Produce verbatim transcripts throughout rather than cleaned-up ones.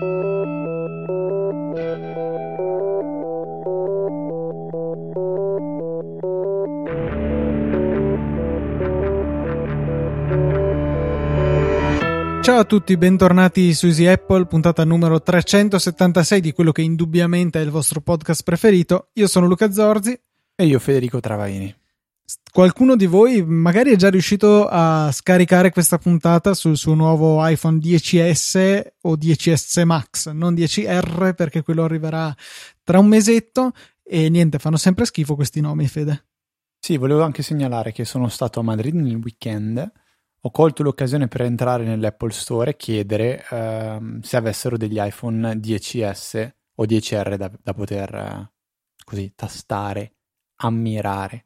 Ciao a tutti, bentornati su Easy Apple, puntata numero trecentosettantasei di quello che indubbiamente è il vostro podcast preferito. Io sono Luca Zorzi. E io Federico Travaini. Qualcuno di voi magari è già riuscito a scaricare questa puntata sul suo nuovo iPhone dieci esse o dieci esse Max, non dieci erre perché quello arriverà tra un mesetto. E niente, fanno sempre schifo questi nomi, Fede. Sì, volevo anche segnalare che sono stato a Madrid nel weekend. Ho colto l'occasione per entrare nell'Apple Store e chiedere uh, se avessero degli iPhone dieci esse o dieci erre da, da poter uh, così tastare, ammirare.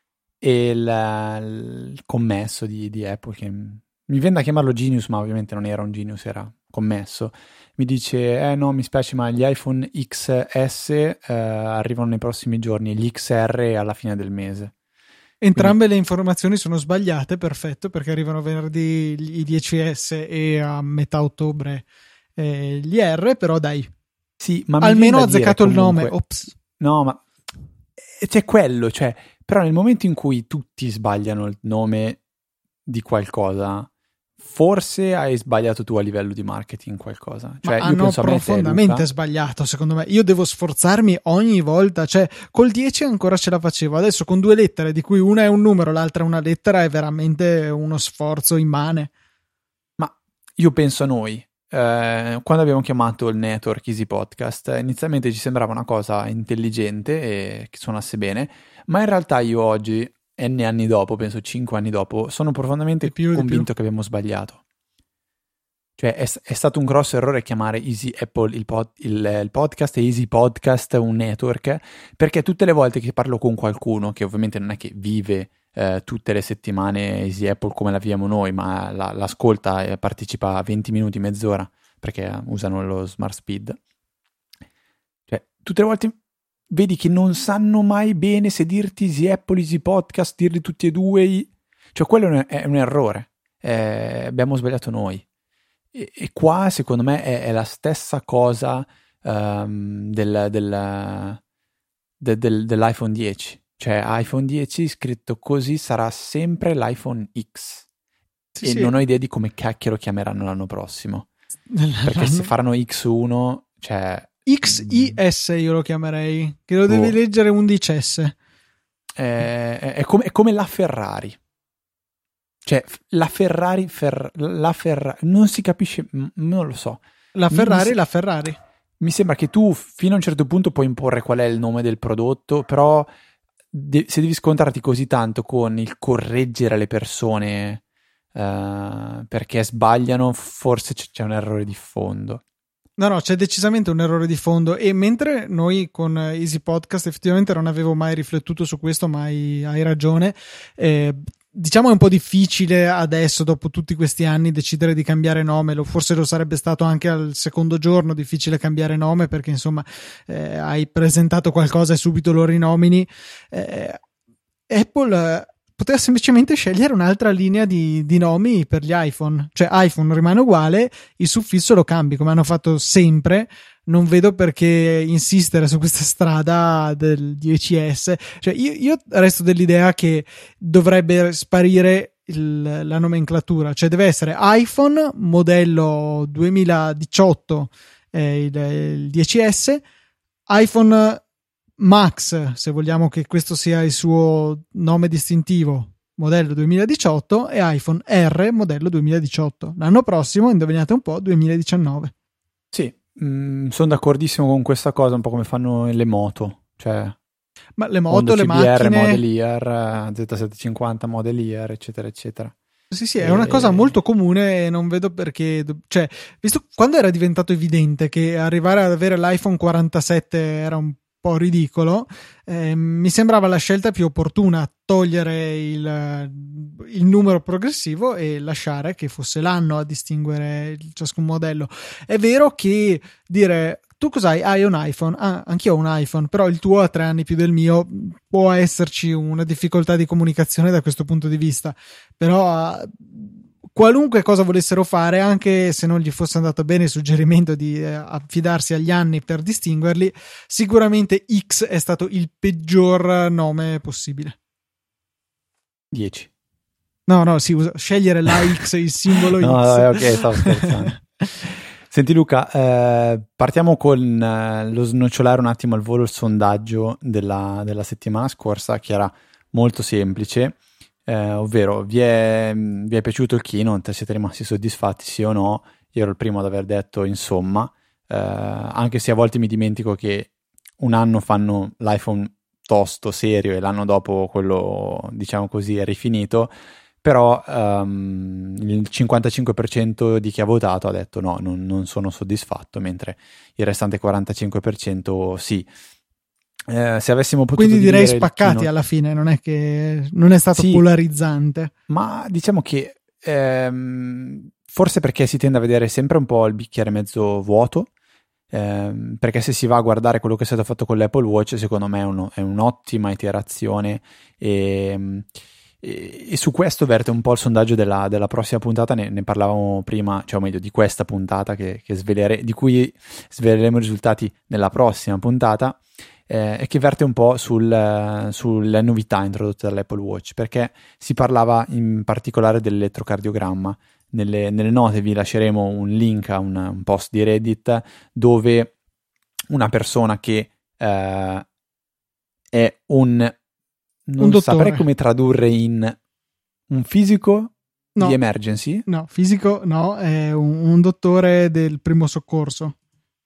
E il, il commesso di, di Apple, che mi viene da chiamarlo Genius, ma ovviamente non era un Genius, era commesso, mi dice eh no, mi spiace, ma gli iPhone X S uh, arrivano nei prossimi giorni e gli X R alla fine del mese. Entrambe Quindi... le informazioni sono sbagliate, perfetto, perché arrivano venerdì i dieci esse e a metà ottobre eh, gli R, però dai, sì, ma almeno ha azzeccato il comunque... nome. Ops. No, ma c'è quello, cioè, però nel momento in cui tutti sbagliano il nome di qualcosa, forse hai sbagliato tu a livello di marketing qualcosa. Cioè, ma io hanno penso profondamente a me, te, sbagliato, secondo me. Io devo sforzarmi ogni volta, cioè col dieci ancora ce la facevo, adesso con due lettere di cui una è un numero, l'altra è una lettera, è veramente uno sforzo immane. Ma io penso a noi, eh, quando abbiamo chiamato il network Easy Podcast, inizialmente ci sembrava una cosa intelligente e che suonasse bene, ma in realtà io oggi, N anni dopo, penso cinque anni dopo, sono profondamente più, convinto che abbiamo sbagliato. Cioè è, è stato un grosso errore chiamare Easy Apple il, pod, il, il podcast e Easy Podcast un network, perché tutte le volte che parlo con qualcuno, che ovviamente non è che vive eh, tutte le settimane Easy Apple come la viviamo noi, ma la, l'ascolta e partecipa a venti minuti, mezz'ora, perché usano lo smart speed, cioè tutte le volte vedi che non sanno mai bene se dirti Easy Apple, Easy Podcast, dirli tutti e due, cioè quello è un, è un errore, eh, abbiamo sbagliato noi. E, e qua secondo me è, è la stessa cosa um, del, del, de, del, dell'iPhone dieci, cioè iPhone dieci scritto così sarà sempre l'iPhone X, sì, e sì. Non ho idea di come cacchio lo chiameranno l'anno prossimo, perché se faranno X uno, cioè X I S io lo chiamerei, che lo devi oh. leggere undici esse. È, è, è, come, è come la Ferrari. Cioè, la Ferrari, fer, la Ferrari, non si capisce, non lo so. La Ferrari, mi, la Ferrari. Mi sembra che tu fino a un certo punto puoi imporre qual è il nome del prodotto, però de- se devi scontrarti così tanto con il correggere le persone uh, perché sbagliano, forse c- c'è un errore di fondo. No, no, c'è decisamente un errore di fondo, e mentre noi con Easy Podcast effettivamente non avevo mai riflettuto su questo, ma hai, hai ragione, eh, diciamo è un po' difficile adesso, dopo tutti questi anni, decidere di cambiare nome. Lo, forse lo sarebbe stato anche al secondo giorno difficile cambiare nome, perché insomma eh, hai presentato qualcosa e subito lo rinomini. eh, Apple eh, poteva semplicemente scegliere un'altra linea di, di nomi per gli iPhone, cioè iPhone rimane uguale, il suffisso lo cambi come hanno fatto sempre. Non vedo perché insistere su questa strada del dieci esse, cioè io, io resto dell'idea che dovrebbe sparire il, la nomenclatura, cioè deve essere iPhone modello duemiladiciotto eh, il, il dieci esse, iPhone Max, se vogliamo che questo sia il suo nome distintivo, modello duemiladiciotto, e iPhone R modello duemiladiciotto. L'anno prossimo, indovinate un po', duemiladiciannove. Sì, mh, sono d'accordissimo con questa cosa, un po' come fanno le moto, cioè ma le moto, le macchine, Model Year, Z settecentocinquanta Model Year, eccetera eccetera. Sì, sì, è una cosa molto comune e non vedo perché, cioè, visto quando era diventato evidente che arrivare ad avere l'iPhone quarantasette era un po' ridicolo, eh, mi sembrava la scelta più opportuna togliere il, il numero progressivo e lasciare che fosse l'anno a distinguere ciascun modello. È vero che dire tu cos'hai? Hai un iPhone? Ah, anch'io ho un iPhone, però il tuo ha tre anni più del mio, può esserci una difficoltà di comunicazione da questo punto di vista, però qualunque cosa volessero fare, anche se non gli fosse andato bene il suggerimento di eh, affidarsi agli anni per distinguerli, sicuramente X è stato il peggior nome possibile. dieci. No, no, sì, usa, scegliere la X, il simbolo no, X. No, ok, stavo scherzando. Senti Luca, eh, partiamo con eh, lo snocciolare un attimo al volo il sondaggio della, della settimana scorsa, che era molto semplice, eh, ovvero vi è, vi è piaciuto il keynote, siete rimasti soddisfatti sì o no? Io ero il primo ad aver detto insomma, eh, anche se a volte mi dimentico che un anno fanno l'iPhone tosto, serio, e l'anno dopo quello, diciamo così, è rifinito. Però um, il cinquantacinque per cento di chi ha votato ha detto no, non, non sono soddisfatto, mentre il restante quarantacinque per cento sì. Eh, se avessimo potuto Quindi direi spaccati keynote... alla fine, non è che non è stato sì, polarizzante. Ma diciamo che ehm, forse perché si tende a vedere sempre un po' il bicchiere mezzo vuoto, ehm, perché se si va a guardare quello che è stato fatto con l'Apple Watch, secondo me è, uno, è un'ottima iterazione e... E, e su questo verte un po' il sondaggio della, della prossima puntata, ne, ne parlavamo prima, cioè o meglio di questa puntata che, che svelere, di cui sveleremo i risultati nella prossima puntata, eh, e che verte un po' sul, sulle novità introdotte dall'Apple Watch, perché si parlava in particolare dell'elettrocardiogramma. Nelle, nelle note vi lasceremo un link a un, un post di Reddit dove una persona che eh, è un non un saprei come tradurre in un fisico no, di emergency. No, fisico no, è un, un dottore del primo soccorso.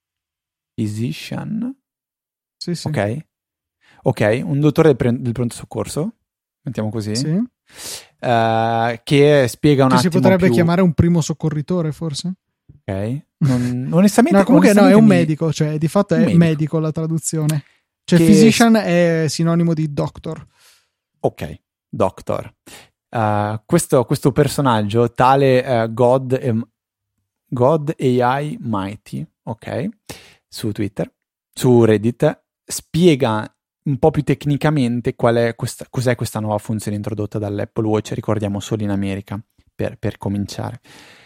Physician. Sì, sì. Ok. Ok, un dottore del, pre- del pronto soccorso, mettiamo così. Sì. Uh, che spiega un che attimo si potrebbe più... chiamare un primo soccorritore, forse? Ok. Non, onestamente... no, comunque onestamente no, è un mi... medico, cioè di fatto è medico. medico la traduzione. Cioè che... physician è sinonimo di doctor. Ok, doctor. Uh, questo, questo personaggio, tale uh, God, e, God A I Mighty, ok, su Twitter, su Reddit, spiega un po' più tecnicamente qual è questa, cos'è questa nuova funzione introdotta dall'Apple Watch, ricordiamo solo in America, per, per cominciare.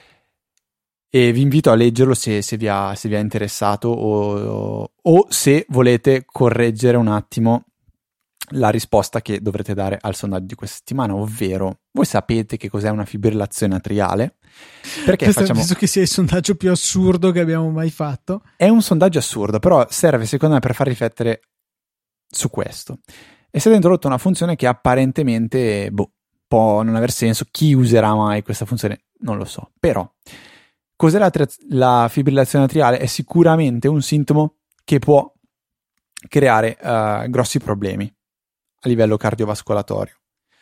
E vi invito a leggerlo se, se, vi, ha, se vi ha interessato o, o se volete correggere un attimo la risposta che dovrete dare al sondaggio di questa settimana, ovvero voi sapete che cos'è una fibrillazione atriale? Perché Questo facciamo... penso che sia il sondaggio più assurdo che abbiamo mai fatto. È un sondaggio assurdo, però serve secondo me per far riflettere su questo. È stata introdotta una funzione che apparentemente boh, può non aver senso. Chi userà mai questa funzione? Non lo so. Però cos'è la, tri- la fibrillazione atriale? È sicuramente un sintomo che può creare uh, grossi problemi a livello cardiovascolatorio.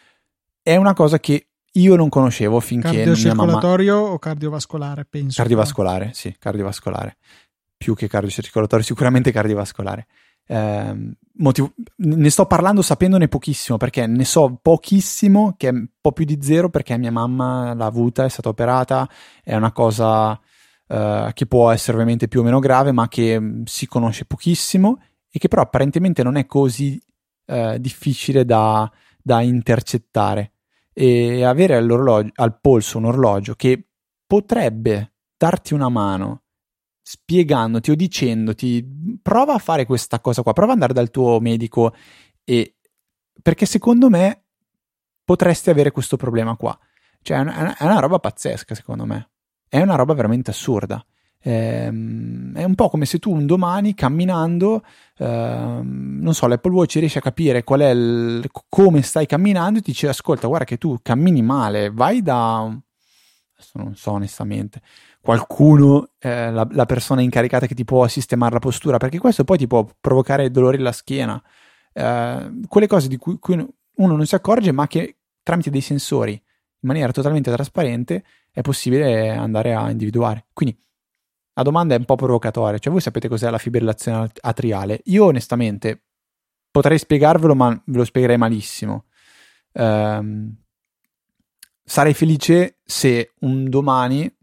È una cosa che io non conoscevo finché cardiocircolatorio mia mamma... o cardiovascolare, penso. Cardiovascolare, però. Sì, cardiovascolare. Più che cardiocircolatorio, sicuramente cardiovascolare. Eh, motivo... Ne sto parlando sapendone pochissimo, perché ne so pochissimo, che è un po' più di zero, perché mia mamma l'ha avuta, è stata operata, è una cosa eh, che può essere ovviamente più o meno grave, ma che si conosce pochissimo e che però apparentemente non è così eh, difficile da, da intercettare. E avere all'orologio, al polso un orologio che potrebbe darti una mano spiegandoti o dicendoti prova a fare questa cosa qua, prova ad andare dal tuo medico, e perché secondo me potresti avere questo problema qua. Cioè è una, è una roba pazzesca, secondo me è una roba veramente assurda. Ehm, è un po' come se tu un domani camminando ehm, non so, l'Apple Watch riesce a capire qual è il, come stai camminando e ti dice ascolta, guarda che tu cammini male, vai da, adesso non so onestamente, qualcuno, eh, la, la persona incaricata che ti può sistemare la postura, perché questo poi ti può provocare dolori alla schiena, eh, quelle cose di cui, cui uno non si accorge, ma che tramite dei sensori in maniera totalmente trasparente è possibile andare a individuare. Quindi la domanda è un po' provocatoria, cioè voi sapete cos'è la fibrillazione atriale? Io onestamente potrei spiegarvelo, ma ve lo spiegherei malissimo. Um, sarei felice se un domani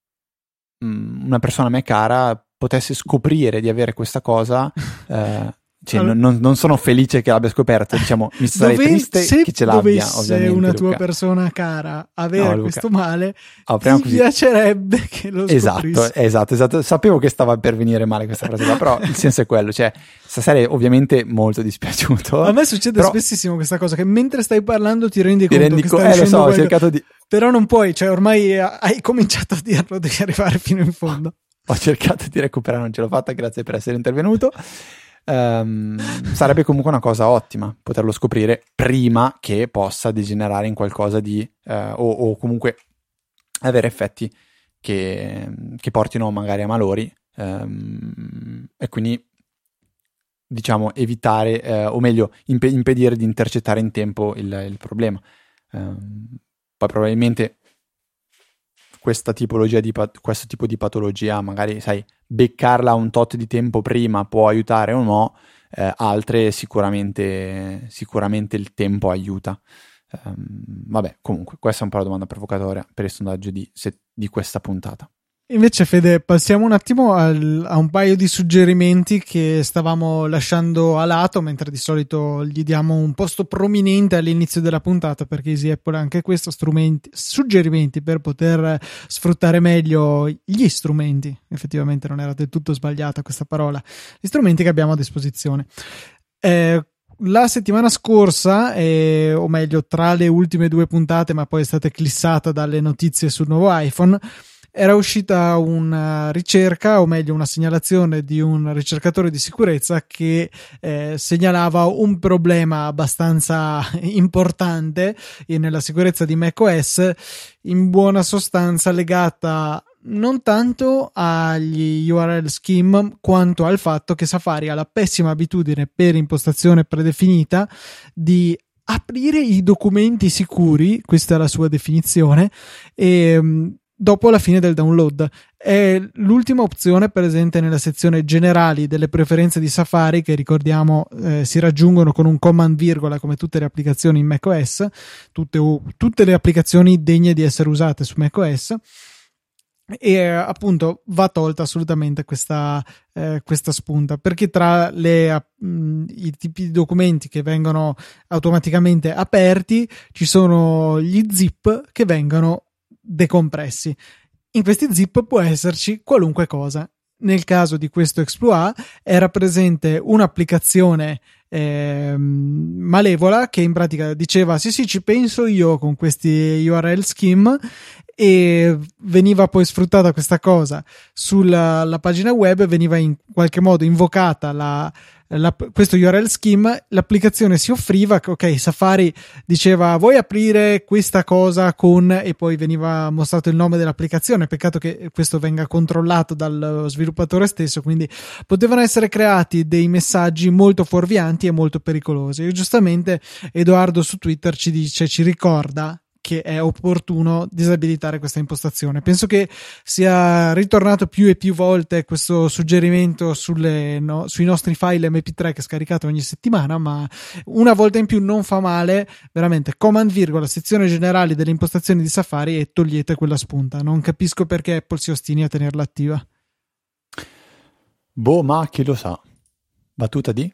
um, una persona a me cara potesse scoprire di avere questa cosa uh, Cioè, allora, non, non sono felice che l'abbia scoperto, diciamo, mi sarei dove, triste se che ce l'abbia, dovesse ovviamente, una tua Luca. persona cara avere No, questo Luca. male, Oh, ti così. piacerebbe che lo Esatto, scoprissi. esatto, esatto. Sapevo che stava per venire male questa frase qua, però il senso è quello, cioè, sarei ovviamente molto dispiaciuto. A me succede però... spessissimo questa cosa, che mentre stai parlando ti rendi ti conto rendi che co- stai eh, lo dicendo so, ho qualcosa, cercato di... però non puoi, cioè ormai hai cominciato a dirlo, devi arrivare fino in fondo. Ho cercato di recuperare, non ce l'ho fatta, grazie per essere intervenuto. Um, sarebbe comunque una cosa ottima poterlo scoprire prima che possa degenerare in qualcosa di uh, o, o comunque avere effetti che, che portino magari a malori, um, e quindi diciamo evitare uh, o meglio imp- impedire di intercettare in tempo il, il problema. Um, poi probabilmente questa tipologia di pat- questo tipo di patologia, magari sai, beccarla un tot di tempo prima può aiutare o no, eh, altre sicuramente sicuramente il tempo aiuta. Um, vabbè, comunque questa è un po' la domanda provocatoria per il sondaggio di, se- di questa puntata. Invece Fede, passiamo un attimo al, a un paio di suggerimenti che stavamo lasciando a lato, mentre di solito gli diamo un posto prominente all'inizio della puntata, perché Easy Apple ha anche questo, strumenti, suggerimenti per poter sfruttare meglio gli strumenti. Effettivamente non era del tutto sbagliata questa parola, gli strumenti che abbiamo a disposizione. Eh, La settimana scorsa, eh, o meglio tra le ultime due puntate, ma poi è stata eclissata dalle notizie sul nuovo iPhone, era uscita una ricerca, o meglio una segnalazione di un ricercatore di sicurezza che eh, segnalava un problema abbastanza importante nella sicurezza di macOS, in buona sostanza legata non tanto agli U R L scheme quanto al fatto che Safari ha la pessima abitudine per impostazione predefinita di aprire i documenti sicuri, questa è la sua definizione, e dopo la fine del download. È l'ultima opzione presente nella sezione generali delle preferenze di Safari, che ricordiamo eh, si raggiungono con un command virgola come tutte le applicazioni in macOS, tutte, tutte le applicazioni degne di essere usate su macOS, e appunto va tolta assolutamente questa, eh, questa spunta, perché tra le, mh, i tipi di documenti che vengono automaticamente aperti ci sono gli zip che vengono decompressi. In questi zip può esserci qualunque cosa. Nel caso di questo exploit era presente un'applicazione eh, malevola che in pratica diceva sì sì ci penso io con questi U R L scheme, e veniva poi sfruttata questa cosa sulla la pagina web, veniva in qualche modo invocata la La, questo U R L scheme, l'applicazione si offriva, ok, Safari diceva vuoi aprire questa cosa con, e poi veniva mostrato il nome dell'applicazione. Peccato che questo venga controllato dal sviluppatore stesso, quindi potevano essere creati dei messaggi molto fuorvianti e molto pericolosi. E giustamente Edoardo su Twitter ci dice, ci ricorda che è opportuno disabilitare questa impostazione. Penso che sia ritornato più e più volte questo suggerimento sulle, no, sui nostri file M P tre che scaricate ogni settimana, ma una volta in più non fa male. Veramente, command virgola sezione generali delle impostazioni di Safari e togliete quella spunta. Non capisco perché Apple si ostini a tenerla attiva. Boh, ma chi lo sa. Battuta di?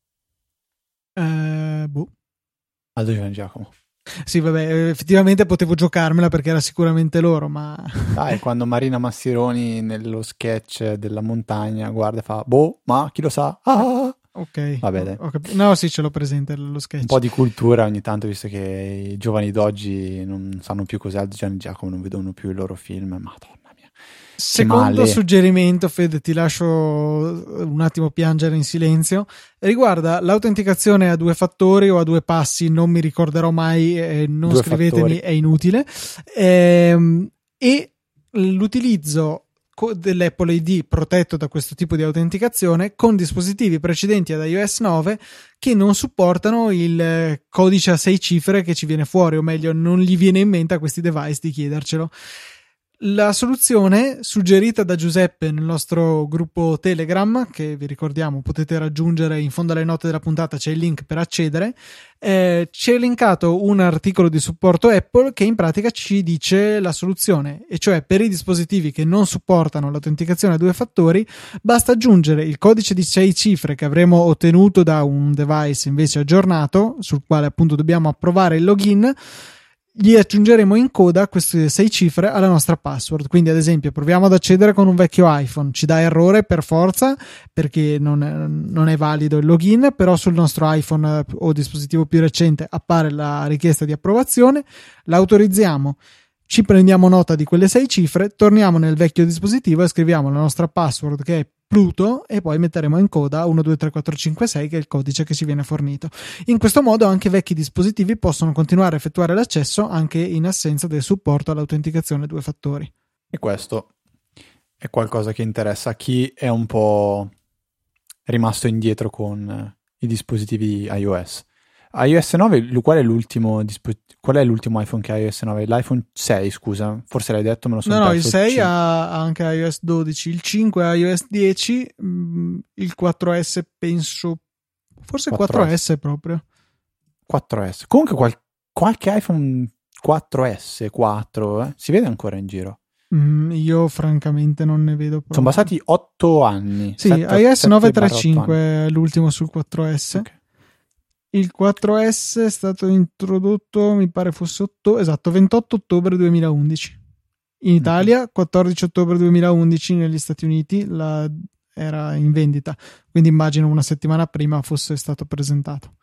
Eh, boh. Aldo Gian Giacomo. Sì, vabbè, effettivamente potevo giocarmela perché era sicuramente loro, ma... Dai, quando Marina Massironi nello sketch della montagna guarda e fa, boh, ma chi lo sa? Ah! Ok, vabbè, dai. Ho cap- no, sì, ce l'ho presente lo sketch. Un po' di cultura ogni tanto, visto che i giovani d'oggi non sanno più cos'è Aldo Gian Giacomo, non vedono più i loro film, madonna mia. Secondo suggerimento, Fede, ti lascio un attimo piangere in silenzio, riguarda l'autenticazione a due fattori o a due passi, non mi ricorderò mai, eh, non due scrivetemi, fattori. È inutile, ehm, e l'utilizzo dell'Apple I D protetto da questo tipo di autenticazione con dispositivi precedenti ad iOS nove che non supportano il codice a sei cifre che ci viene fuori, o meglio non gli viene in mente a questi device di chiedercelo. La soluzione suggerita da Giuseppe nel nostro gruppo Telegram, che vi ricordiamo potete raggiungere in fondo alle note della puntata, c'è il link per accedere, eh, ci è linkato un articolo di supporto Apple che in pratica ci dice la soluzione, e cioè per i dispositivi che non supportano l'autenticazione a due fattori basta aggiungere il codice di sei cifre che avremo ottenuto da un device invece aggiornato, sul quale appunto dobbiamo approvare il login. Gli aggiungeremo in coda queste sei cifre alla nostra password. Quindi ad esempio proviamo ad accedere con un vecchio iPhone, ci dà errore per forza perché non è, non è valido il login, però sul nostro iPhone o dispositivo più recente appare la richiesta di approvazione, l'autorizziamo, ci prendiamo nota di quelle sei cifre, torniamo nel vecchio dispositivo e scriviamo la nostra password che è Pluto e poi metteremo in coda uno due tre quattro cinque sei che è il codice che ci viene fornito. In questo modo anche vecchi dispositivi possono continuare a effettuare l'accesso anche in assenza del supporto all'autenticazione a due fattori. E questo è qualcosa che interessa a chi è un po' rimasto indietro con i dispositivi iOS. iOS nove, qual è l'ultimo dispositivo? Qual è l'ultimo iPhone che ha iOS nove? L'iPhone sei, scusa, forse l'hai detto, me lo sono no, perso. No, il sei ha anche iOS dodici, il cinque ha iOS dieci, il quattro S penso, forse quattro S proprio. quattro S. Comunque qual- qualche iPhone quattro S, quattro, eh? Si vede ancora in giro? Mm, io francamente non ne vedo proprio. Sono passati otto anni. Sì, sette, iOS nove tre cinque è l'ultimo sul quattro S. Okay. Il quattro S è stato introdotto, mi pare fosse otto, esatto, ventotto ottobre duemilaundici. In Italia, quattordici ottobre duemilaundici, negli Stati Uniti la, era in vendita, quindi immagino una settimana prima fosse stato presentato.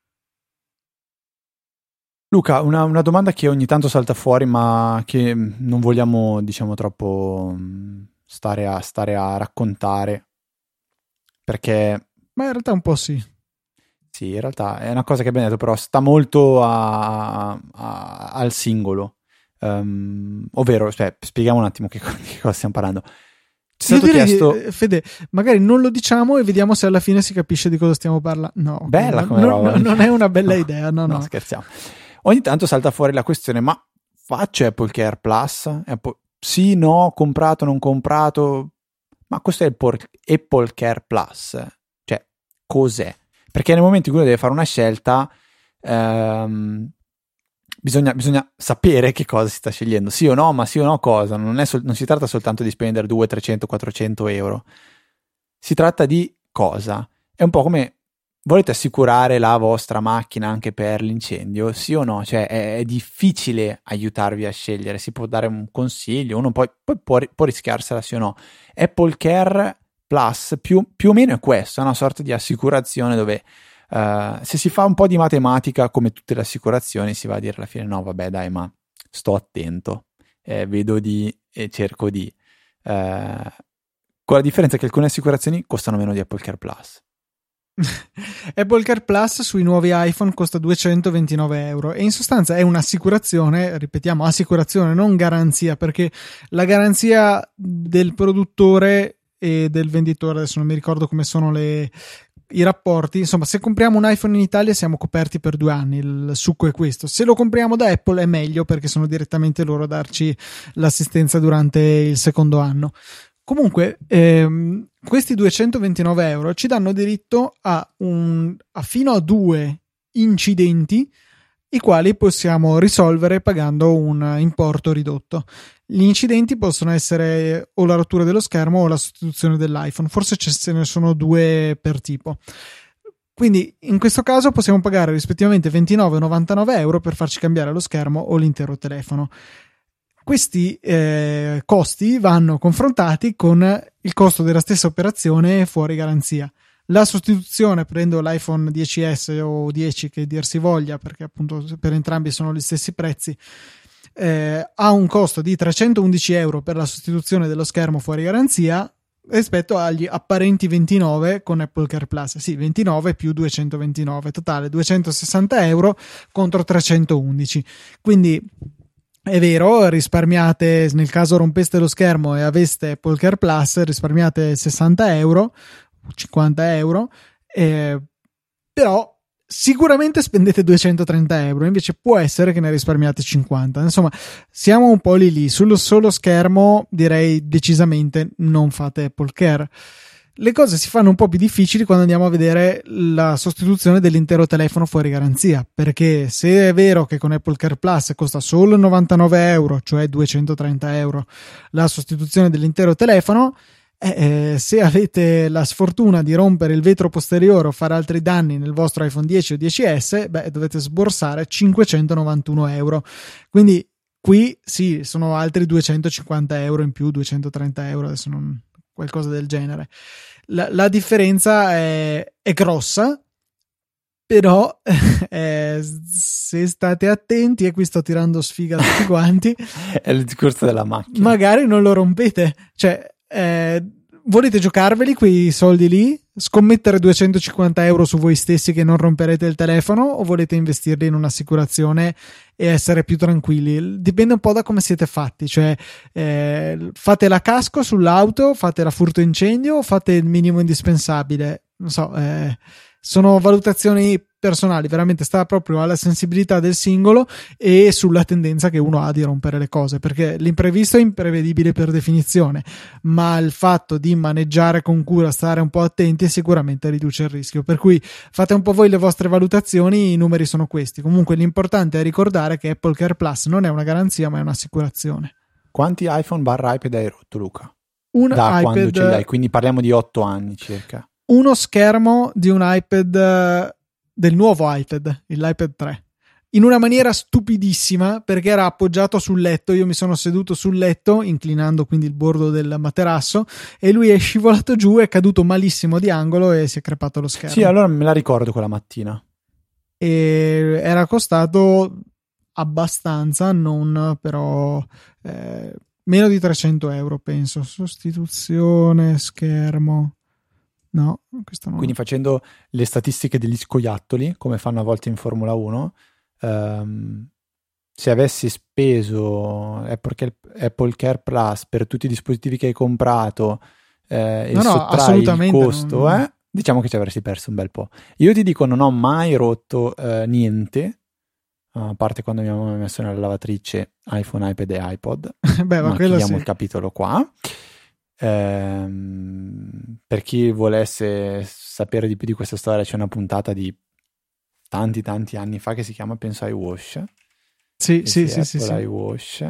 Luca, una, una domanda che ogni tanto salta fuori, ma che non vogliamo, diciamo, troppo stare a, stare a raccontare, perché... Ma in realtà un po' sì. Sì, in realtà è una cosa che abbiamo detto, però sta molto a, a, al singolo. Um, ovvero, cioè, spieghiamo un attimo che, che cosa stiamo parlando. Ci è stato chiesto... Di, Fede, magari non lo diciamo e vediamo se alla fine si capisce di cosa stiamo parlando. No, bella okay, come no, roba. No, non è una bella no, idea, no, no. No, scherziamo. Ogni tanto salta fuori la questione, ma faccio Apple Care Plus? Apple... Sì, no, comprato, non comprato? Ma questo è il por... Apple Care Plus. Cioè, cos'è? Perché nel momento in cui uno deve fare una scelta ehm, bisogna, bisogna sapere che cosa si sta scegliendo, sì o no, ma sì o no cosa, non, è sol- non si tratta soltanto di spendere duecento, trecento, quattrocento euro, si tratta di cosa? È un po' come volete assicurare la vostra macchina anche per l'incendio, sì o no? Cioè è, è difficile aiutarvi a scegliere, si può dare un consiglio, uno poi, poi può, può rischiarsela sì o no. Apple Care Plus più, più o meno è questo, è una sorta di assicurazione dove uh, se si fa un po' di matematica come tutte le assicurazioni si va a dire alla fine no vabbè dai ma sto attento, eh, vedo di e cerco di uh, con la differenza che alcune assicurazioni costano meno di Apple Care Plus. Apple Care Plus sui nuovi iPhone costa duecentoventinove euro e in sostanza è un'assicurazione, ripetiamo assicurazione non garanzia, perché la garanzia del produttore e del venditore, adesso non mi ricordo come sono le, i rapporti, insomma se compriamo un iPhone in Italia siamo coperti per due anni, il succo è questo. Se lo compriamo da Apple è meglio perché sono direttamente loro a darci l'assistenza durante il secondo anno. Comunque ehm, questi duecentoventinove euro ci danno diritto a, un, a fino a due incidenti i quali possiamo risolvere pagando un importo ridotto. Gli incidenti possono essere o la rottura dello schermo o la sostituzione dell'iPhone, forse ce ne sono due per tipo. Quindi in questo caso possiamo pagare rispettivamente ventinove e novantanove euro per farci cambiare lo schermo o l'intero telefono. Questi eh, costi vanno confrontati con il costo della stessa operazione fuori garanzia. La sostituzione, prendo l'iPhone dieci S o dieci che dir si voglia, perché appunto per entrambi sono gli stessi prezzi, eh, ha un costo di trecentoundici euro per la sostituzione dello schermo fuori garanzia rispetto agli apparenti ventinove con Apple Care Plus. Sì, ventinove più duecentoventinove, totale duecentosessanta euro contro trecentoundici. Quindi è vero, risparmiate, nel caso rompeste lo schermo e aveste Apple Care Plus, risparmiate sessanta euro, cinquanta euro, eh, però sicuramente spendete duecentotrenta euro, invece può essere che ne risparmiate cinquanta. Insomma, siamo un po' lì lì. Sullo solo schermo direi decisamente non fate Apple Care. Le cose si fanno un po' più difficili quando andiamo a vedere la sostituzione dell'intero telefono fuori garanzia, perché se è vero che con Apple Care Plus costa solo novantanove euro, cioè duecentotrenta euro, la sostituzione dell'intero telefono, Eh, se avete la sfortuna di rompere il vetro posteriore o fare altri danni nel vostro iPhone dieci o dieci esse, beh, dovete sborsare cinquecentonovantuno euro. Quindi qui sì, sono altri duecentocinquanta euro in più, duecentotrenta euro, adesso non, qualcosa del genere. La, la differenza è, è grossa, però eh, se state attenti, e qui sto tirando sfiga a tutti quanti, è il discorso della macchina, magari non lo rompete, cioè Eh, volete giocarveli quei soldi lì, scommettere duecentocinquanta euro su voi stessi che non romperete il telefono, o volete investirli in un'assicurazione e essere più tranquilli? Dipende un po' da come siete fatti, cioè eh, fate la casco sull'auto, fate la furto incendio o fate il minimo indispensabile, non so, eh, sono valutazioni personali, veramente sta proprio alla sensibilità del singolo e sulla tendenza che uno ha di rompere le cose, perché l'imprevisto è imprevedibile per definizione, ma il fatto di maneggiare con cura, stare un po' attenti, sicuramente riduce il rischio, per cui fate un po' voi le vostre valutazioni, i numeri sono questi. Comunque l'importante è ricordare che Apple Care Plus non è una garanzia ma è un'assicurazione. Quanti iPhone barra iPad hai rotto, Luca? Un da iPad, quando ce li hai, quindi parliamo di otto anni circa. Uno schermo di un iPad, del nuovo iPad, l'iPad tre, in una maniera stupidissima, perché era appoggiato sul letto, io mi sono seduto sul letto inclinando quindi il bordo del materasso e lui è scivolato giù, è caduto malissimo di angolo e si è crepato lo schermo. Sì, allora me la ricordo quella mattina. E era costato abbastanza, non però eh, meno di trecento euro penso. Sostituzione schermo, no, questo no. Quindi facendo le statistiche degli scoiattoli, come fanno a volte in Formula uno, um, se avessi speso Apple Care, Apple Care Plus per tutti i dispositivi che hai comprato eh, e no, no, sottrai il costo, non... eh, diciamo che ci avresti perso un bel po'. Io ti dico, non ho mai rotto eh, niente, a parte quando mi abbiamo messo nella lavatrice iPhone, iPad e iPod. Beh, ma, ma quello chiudiamo sì. il capitolo qua. Ehm, per chi volesse sapere di più di questa storia, c'è una puntata di tanti tanti anni fa che si chiama, penso, iWash. Sì, sì, sì, sì, sì. iWash.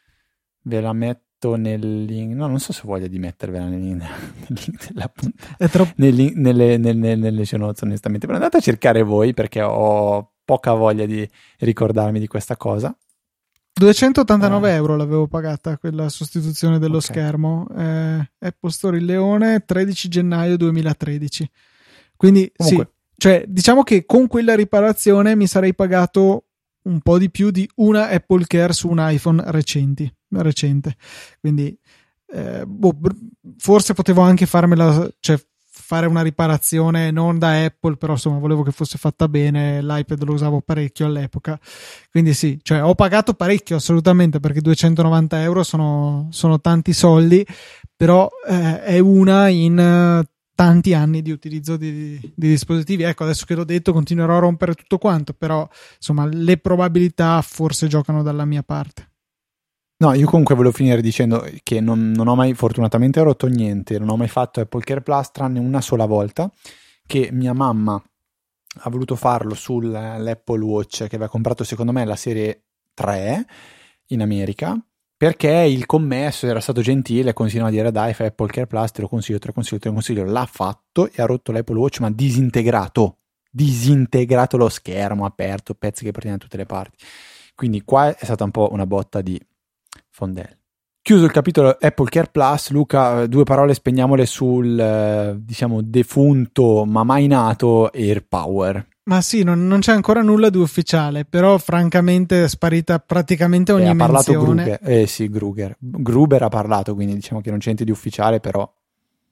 Ve la metto nel link. No, non so se voglia di mettervela nel link, nel link della puntata. È troppo... nel link, nelle, nelle, nelle show notes, onestamente. Però andate a cercare voi, perché ho poca voglia di ricordarmi di questa cosa. duecentottantanove eh. euro l'avevo pagata quella sostituzione dello okay. schermo. eh, Apple Store Il Leone, tredici gennaio duemilatredici. Quindi comunque, sì, cioè diciamo che con quella riparazione mi sarei pagato un po' di più di una Apple Care su un iPhone recenti, recente. Quindi eh, boh, forse potevo anche farmela, cioè fare una riparazione non da Apple, però insomma volevo che fosse fatta bene, l'iPad lo usavo parecchio all'epoca, quindi sì, cioè ho pagato parecchio assolutamente, perché duecentonovanta euro sono, sono tanti soldi, però eh, è una in uh, tanti anni di utilizzo di, di dispositivi. Ecco, adesso che l'ho detto continuerò a rompere tutto quanto, però insomma le probabilità forse giocano dalla mia parte. No, io comunque volevo finire dicendo che non, non ho mai, fortunatamente, rotto niente, non ho mai fatto Apple Care Plus tranne una sola volta, che mia mamma ha voluto farlo sull'Apple Watch che aveva comprato, secondo me, la serie tre in America, perché il commesso era stato gentile e continuava a dire: dai, fai Apple Care Plus, te lo consiglio, te lo consiglio, te lo consiglio. L'ha fatto e ha rotto l'Apple Watch, ma disintegrato, disintegrato lo schermo, aperto, pezzi che partivano da tutte le parti. Quindi qua è stata un po' una botta di fondello. Chiuso il capitolo Apple Care Plus, Luca, due parole spegniamole sul, diciamo, defunto ma mai nato AirPower. Ma sì, non, non c'è ancora nulla di ufficiale, però francamente è sparita praticamente ogni eh, ha parlato menzione. Gruber, eh sì, Gruber. Gruber ha parlato, quindi diciamo che non c'è niente di ufficiale, però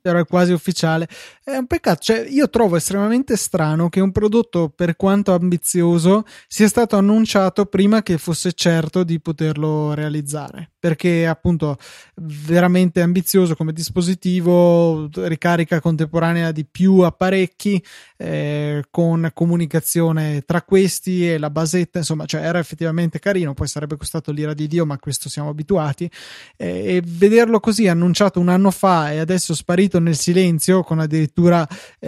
però è quasi ufficiale. È un peccato, cioè io trovo estremamente strano che un prodotto, per quanto ambizioso, sia stato annunciato prima che fosse certo di poterlo realizzare, perché appunto veramente ambizioso come dispositivo, ricarica contemporanea di più apparecchi, eh, con comunicazione tra questi e la basetta, insomma, cioè era effettivamente carino, poi sarebbe costato l'ira di Dio, ma a questo siamo abituati, eh, e vederlo così annunciato un anno fa e adesso sparito nel silenzio, con addirittura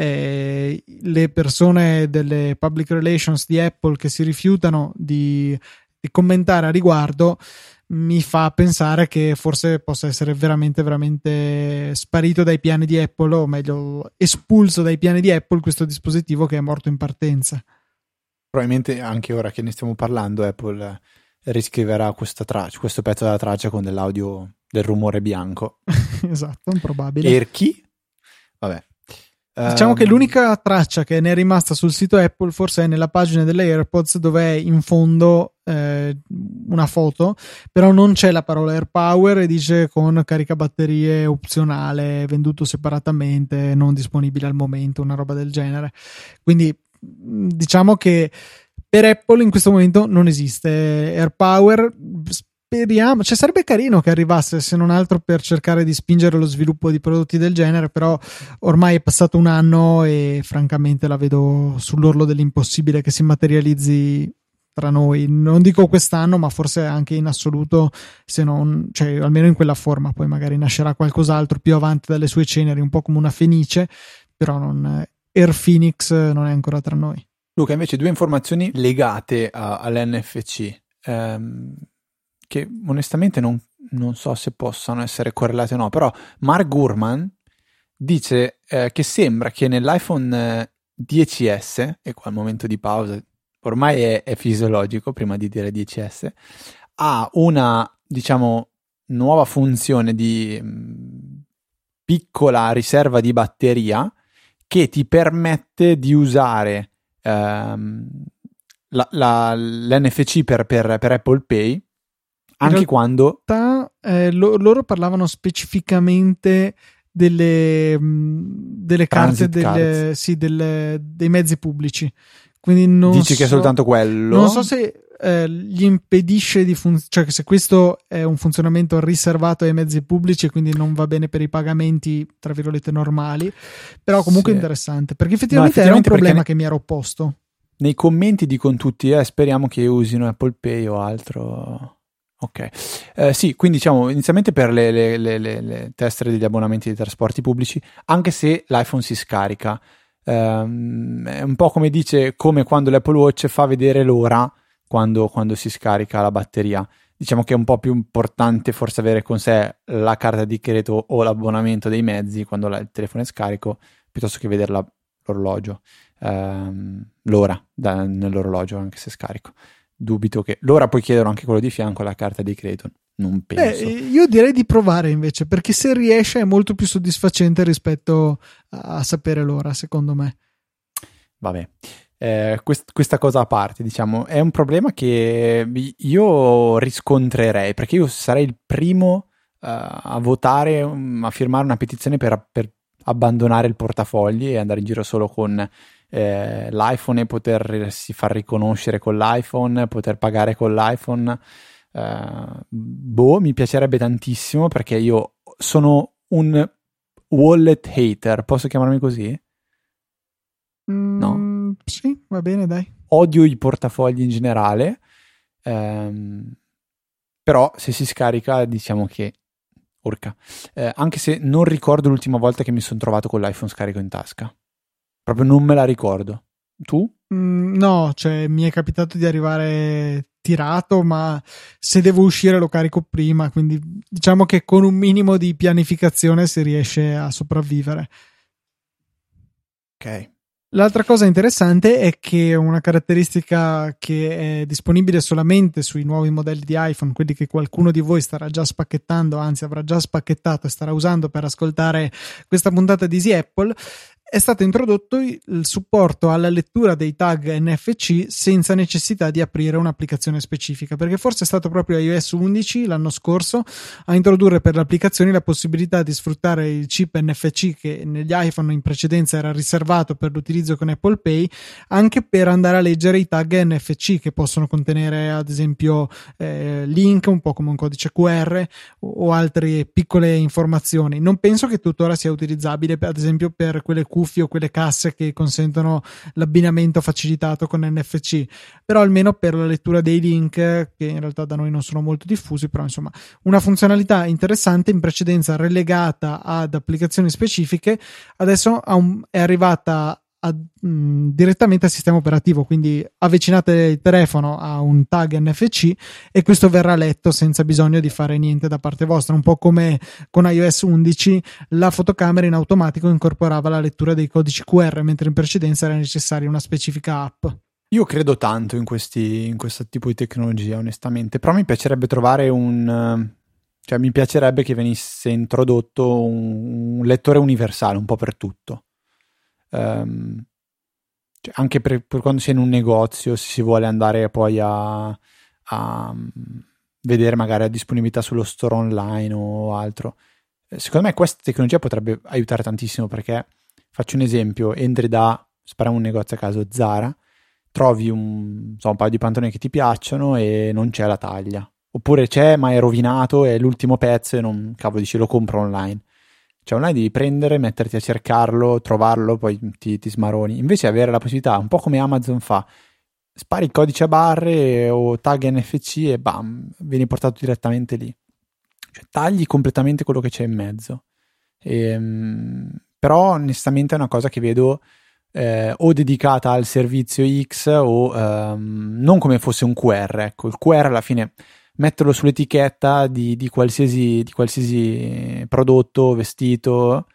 eh, le persone delle public relations di Apple che si rifiutano di, di commentare a riguardo, mi fa pensare che forse possa essere veramente veramente sparito dai piani di Apple, o meglio espulso dai piani di Apple, questo dispositivo che è morto in partenza. Probabilmente anche ora che ne stiamo parlando Apple riscriverà questa traccia, questo pezzo della traccia con dell'audio del rumore bianco. Esatto, improbabile. Erchi? Vabbè. Diciamo um... che l'unica traccia che ne è rimasta sul sito Apple forse è nella pagina delle AirPods, dove è in fondo eh, una foto, però non c'è la parola AirPower e dice con caricabatterie opzionale, venduto separatamente, non disponibile al momento, una roba del genere. Quindi diciamo che per Apple in questo momento non esiste AirPower. Speriamo, cioè sarebbe carino che arrivasse, se non altro per cercare di spingere lo sviluppo di prodotti del genere, però ormai è passato un anno e francamente la vedo sull'orlo dell'impossibile che si materializzi tra noi. Non dico quest'anno, ma forse anche in assoluto, se non, cioè almeno in quella forma. Poi magari nascerà qualcos'altro più avanti dalle sue ceneri, un po' come una fenice, però non, Air Phoenix non è ancora tra noi. Luca, invece due informazioni legate a, all'N F C ehm, che onestamente non, non so se possano essere correlate o no, però Mark Gurman dice eh, che sembra che nell'iPhone dieci S, e qua il momento di pausa ormai è, è fisiologico prima di dire dieci S, ha una, diciamo, nuova funzione di mh, piccola riserva di batteria che ti permette di usare ehm, la, la, l'N F C per, per, per Apple Pay anche in quando realtà, eh, lo, loro parlavano specificamente delle, mh, delle carte delle, sì, delle, dei mezzi pubblici, quindi non dici so, che è soltanto quello, non so se eh, gli impedisce di funzionare, cioè che se questo è un funzionamento riservato ai mezzi pubblici e quindi non va bene per i pagamenti tra virgolette normali, però comunque sì, interessante, perché effettivamente, no, effettivamente era un problema ne... che mi ero opposto. Nei commenti dicono tutti eh, speriamo che usino Apple Pay o altro. Ok, eh, sì, quindi diciamo inizialmente per le, le, le, le, le tessere degli abbonamenti dei trasporti pubblici, anche se l'iPhone si scarica, ehm, è un po' come dice, come quando l'Apple Watch fa vedere l'ora quando, quando si scarica la batteria. Diciamo che è un po' più importante forse avere con sé la carta di credito o l'abbonamento dei mezzi quando la, il telefono è scarico, piuttosto che vedere la, l'orologio, ehm, l'ora da, nell'orologio anche se scarico. Dubito che l'ora puoi chiedere anche quello di fianco alla carta di credito, non penso. Eh, io direi di provare invece, perché se riesce è molto più soddisfacente rispetto a, a sapere l'ora, secondo me. Vabbè, eh, quest- questa cosa a parte, diciamo, è un problema che io riscontrerei, perché io sarei il primo uh, a votare, um, a firmare una petizione per, per abbandonare il portafogli e andare in giro solo con Eh, l'iPhone e potersi far riconoscere con l'iPhone, poter pagare con l'iPhone. Eh, boh, mi piacerebbe tantissimo, perché io sono un wallet hater, posso chiamarmi così? Mm, no? Sì, va bene, dai. Odio i portafogli in generale, ehm, però se si scarica diciamo che urca. Eh, anche se non ricordo l'ultima volta che mi sono trovato con l'iPhone scarico in tasca. Proprio non me la ricordo. Tu? Mm, no, cioè mi è capitato di arrivare tirato, ma se devo uscire lo carico prima, quindi diciamo che con un minimo di pianificazione si riesce a sopravvivere. Ok. L'altra cosa interessante è che una caratteristica che è disponibile solamente sui nuovi modelli di iPhone, quelli che qualcuno di voi starà già spacchettando, anzi avrà già spacchettato e starà usando per ascoltare questa puntata di Easy Apple, è stato introdotto il supporto alla lettura dei tag N F C senza necessità di aprire un'applicazione specifica, perché forse è stato proprio iOS undici l'anno scorso a introdurre per le applicazioni la possibilità di sfruttare il chip N F C che negli iPhone in precedenza era riservato per l'utilizzo con Apple Pay, anche per andare a leggere i tag N F C che possono contenere ad esempio eh, link, un po' come un codice Q R o, o altre piccole informazioni. Non penso che tuttora sia utilizzabile ad esempio per quelle cuffie o quelle casse che consentono l'abbinamento facilitato con N F C, però almeno per la lettura dei link, che in realtà da noi non sono molto diffusi, però insomma una funzionalità interessante, in precedenza relegata ad applicazioni specifiche, adesso è arrivata a, mh, direttamente al sistema operativo, quindi avvicinate il telefono a un tag N F C e questo verrà letto senza bisogno di fare niente da parte vostra, un po' come con iOS undici la fotocamera in automatico incorporava la lettura dei codici Q R, mentre in precedenza era necessaria una specifica app. Io credo tanto in questi in questo tipo di tecnologia, onestamente, però mi piacerebbe trovare un cioè mi piacerebbe che venisse introdotto un, un lettore universale un po' per tutto. Um, cioè anche per, per quando si è in un negozio, se si vuole andare poi a, a vedere magari la disponibilità sullo store online o altro, secondo me questa tecnologia potrebbe aiutare tantissimo, perché faccio un esempio: entri da, spariamo un negozio a caso, Zara, trovi un, so, un paio di pantaloni che ti piacciono e non c'è la taglia, oppure c'è ma è rovinato, è l'ultimo pezzo e non, cavolo, dici lo compro online. Cioè online devi prendere, metterti a cercarlo, trovarlo, poi ti, ti smaroni. Invece avere la possibilità, un po' come Amazon fa, spari il codice a barre o tag N F C e bam, vieni portato direttamente lì. Cioè tagli completamente quello che c'è in mezzo. E, però onestamente è una cosa che vedo eh, o dedicata al servizio X o ehm, non come fosse un Q R. Ecco, il Q R alla fine metterlo sull'etichetta di, di, qualsiasi, di qualsiasi prodotto, vestito,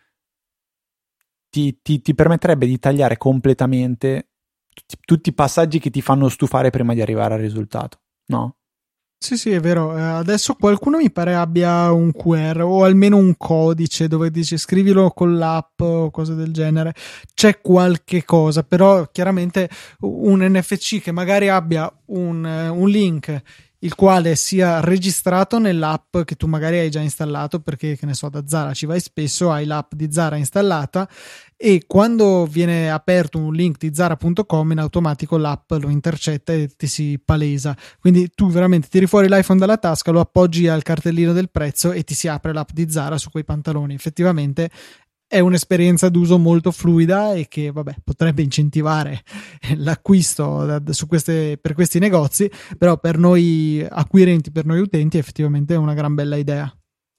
ti, ti, ti permetterebbe di tagliare completamente tutti, tutti i passaggi che ti fanno stufare prima di arrivare al risultato, no? Sì, sì, è vero. Adesso qualcuno mi pare abbia un Q R o almeno un codice dove dice scrivilo con l'app o cose del genere. C'è qualche cosa, però chiaramente un N F C che magari abbia un, un link il quale sia registrato nell'app che tu magari hai già installato, perché che ne so, da Zara ci vai spesso, hai l'app di Zara installata e quando viene aperto un link di zara punto com in automatico l'app lo intercetta e ti si palesa, quindi tu veramente tiri fuori l'iPhone dalla tasca, lo appoggi al cartellino del prezzo e ti si apre l'app di Zara su quei pantaloni. Effettivamente è un'esperienza d'uso molto fluida e che vabbè potrebbe incentivare l'acquisto da, da, su queste, per questi negozi, però per noi acquirenti, per noi utenti effettivamente è una gran bella idea.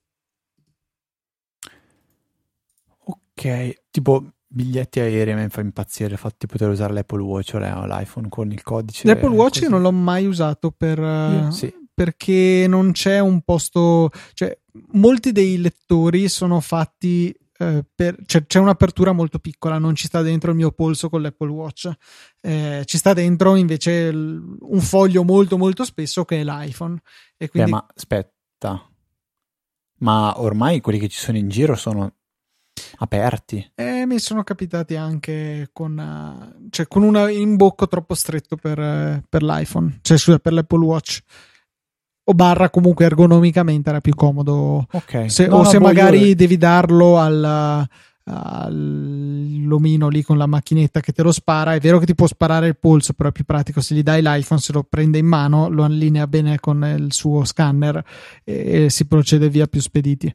Ok, tipo biglietti aerei mi fa impazzire il fatto di poter usare l'Apple Watch o l'iPhone con il codice. L'Apple Watch così. Io non l'ho mai usato per Io, sì. perché non c'è un posto, cioè molti dei lettori sono fatti Per, cioè, c'è un'apertura molto piccola, non ci sta dentro il mio polso con l'Apple Watch, eh, ci sta dentro invece il, un foglio molto molto spesso che è l'iPhone e quindi... Beh, ma aspetta, ma ormai quelli che ci sono in giro sono aperti? Eh, mi sono capitati anche con uh, cioè con un imbocco troppo stretto per, uh, per l'iPhone, cioè scusa, per l'Apple Watch, o barra comunque ergonomicamente era più comodo. Okay. Se, no, o no, se boh, magari io... devi darlo al, all'omino lì con la macchinetta che te lo spara. È vero che ti può sparare il polso, però è più pratico se gli dai l'iPhone, se lo prende in mano lo allinea bene con il suo scanner e, e si procede via più spediti.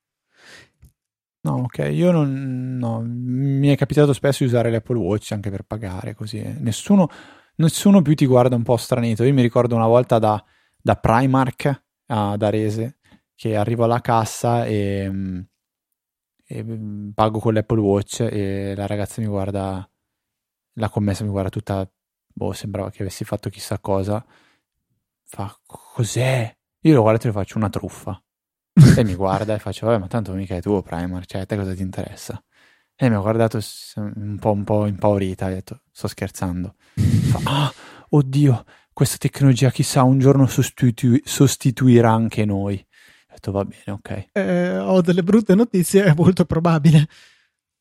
No, ok, io non no, mi è capitato spesso di usare l'Apple Watch anche per pagare così. Nessuno, nessuno più ti guarda un po' stranito. Io mi ricordo una volta da da Primark ad Arese che arrivo alla cassa e, e pago con l'Apple Watch e la ragazza mi guarda, la commessa mi guarda tutta, boh, sembrava che avessi fatto chissà cosa, fa cos'è? Io lo guardo e le faccio una truffa e mi guarda e faccio vabbè ma tanto mica è tuo Primark, cioè a te cosa ti interessa? E mi ha guardato un po', un po' impaurita, ha detto sto scherzando, fa, ah oddio, questa tecnologia chissà un giorno sostitu- sostituirà anche noi. Ho detto va bene, ok. Eh, ho delle brutte notizie, è molto probabile.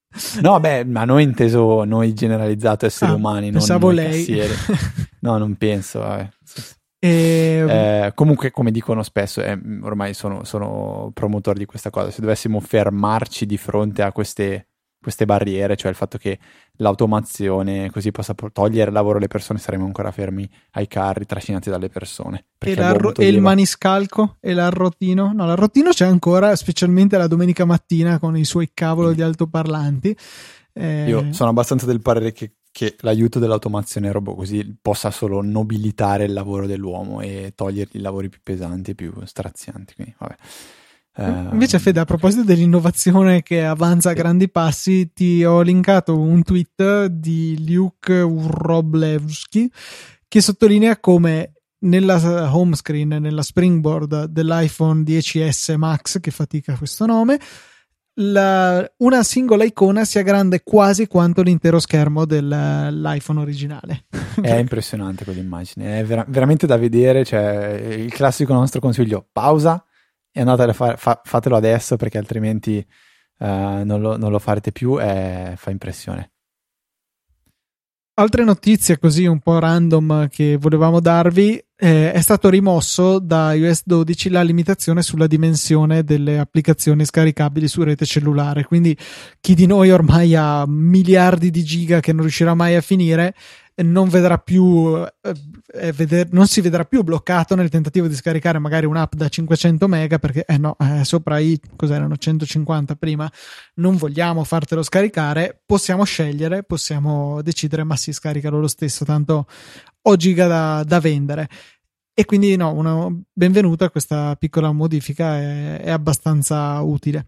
No, beh, ma noi inteso noi generalizzato esseri ah, umani, non pensavo noi lei. cassieri. No, non penso. Vabbè. E... Eh, comunque, come dicono spesso, eh, ormai sono, sono promotori di questa cosa. Se dovessimo fermarci di fronte a queste, queste barriere, cioè il fatto che l'automazione così possa togliere il lavoro alle persone, saremo ancora fermi ai carri trascinati dalle persone. E, toglieva... e il maniscalco e l'arrotino? No, l'arrotino c'è ancora, specialmente la domenica mattina con i suoi cavolo Quindi, di altoparlanti. Eh... Io sono abbastanza del parere che, che l'aiuto dell'automazione robot così possa solo nobilitare il lavoro dell'uomo e togliergli i lavori più pesanti, più strazianti. Quindi, vabbè. Invece Fede, a proposito dell'innovazione che avanza a grandi passi, ti ho linkato un tweet di Luke Wroblewski che sottolinea come nella home screen, nella springboard dell'iPhone dieci esse Max, che fatica questo nome, la, una singola icona sia grande quasi quanto l'intero schermo dell'iPhone originale. È impressionante quell'immagine, è vera- veramente da vedere, cioè il classico nostro consiglio: pausa e andate a fare, fa, fatelo adesso, perché altrimenti uh, non, lo, non lo farete più, e fa impressione. Altre notizie così un po' random che volevamo darvi: eh, è stato rimosso da iOS dodici la limitazione sulla dimensione delle applicazioni scaricabili su rete cellulare, quindi chi di noi ormai ha miliardi di giga che non riuscirà mai a finire non vedrà più eh, veder, non si vedrà più bloccato nel tentativo di scaricare magari un'app da cinquecento mega, perché eh no, eh, sopra i cos'erano centocinquanta prima, non vogliamo fartelo scaricare, possiamo scegliere, possiamo decidere, ma si scaricano lo stesso, tanto ho giga da, da vendere. E quindi no, una benvenuta questa piccola modifica, è, è abbastanza utile.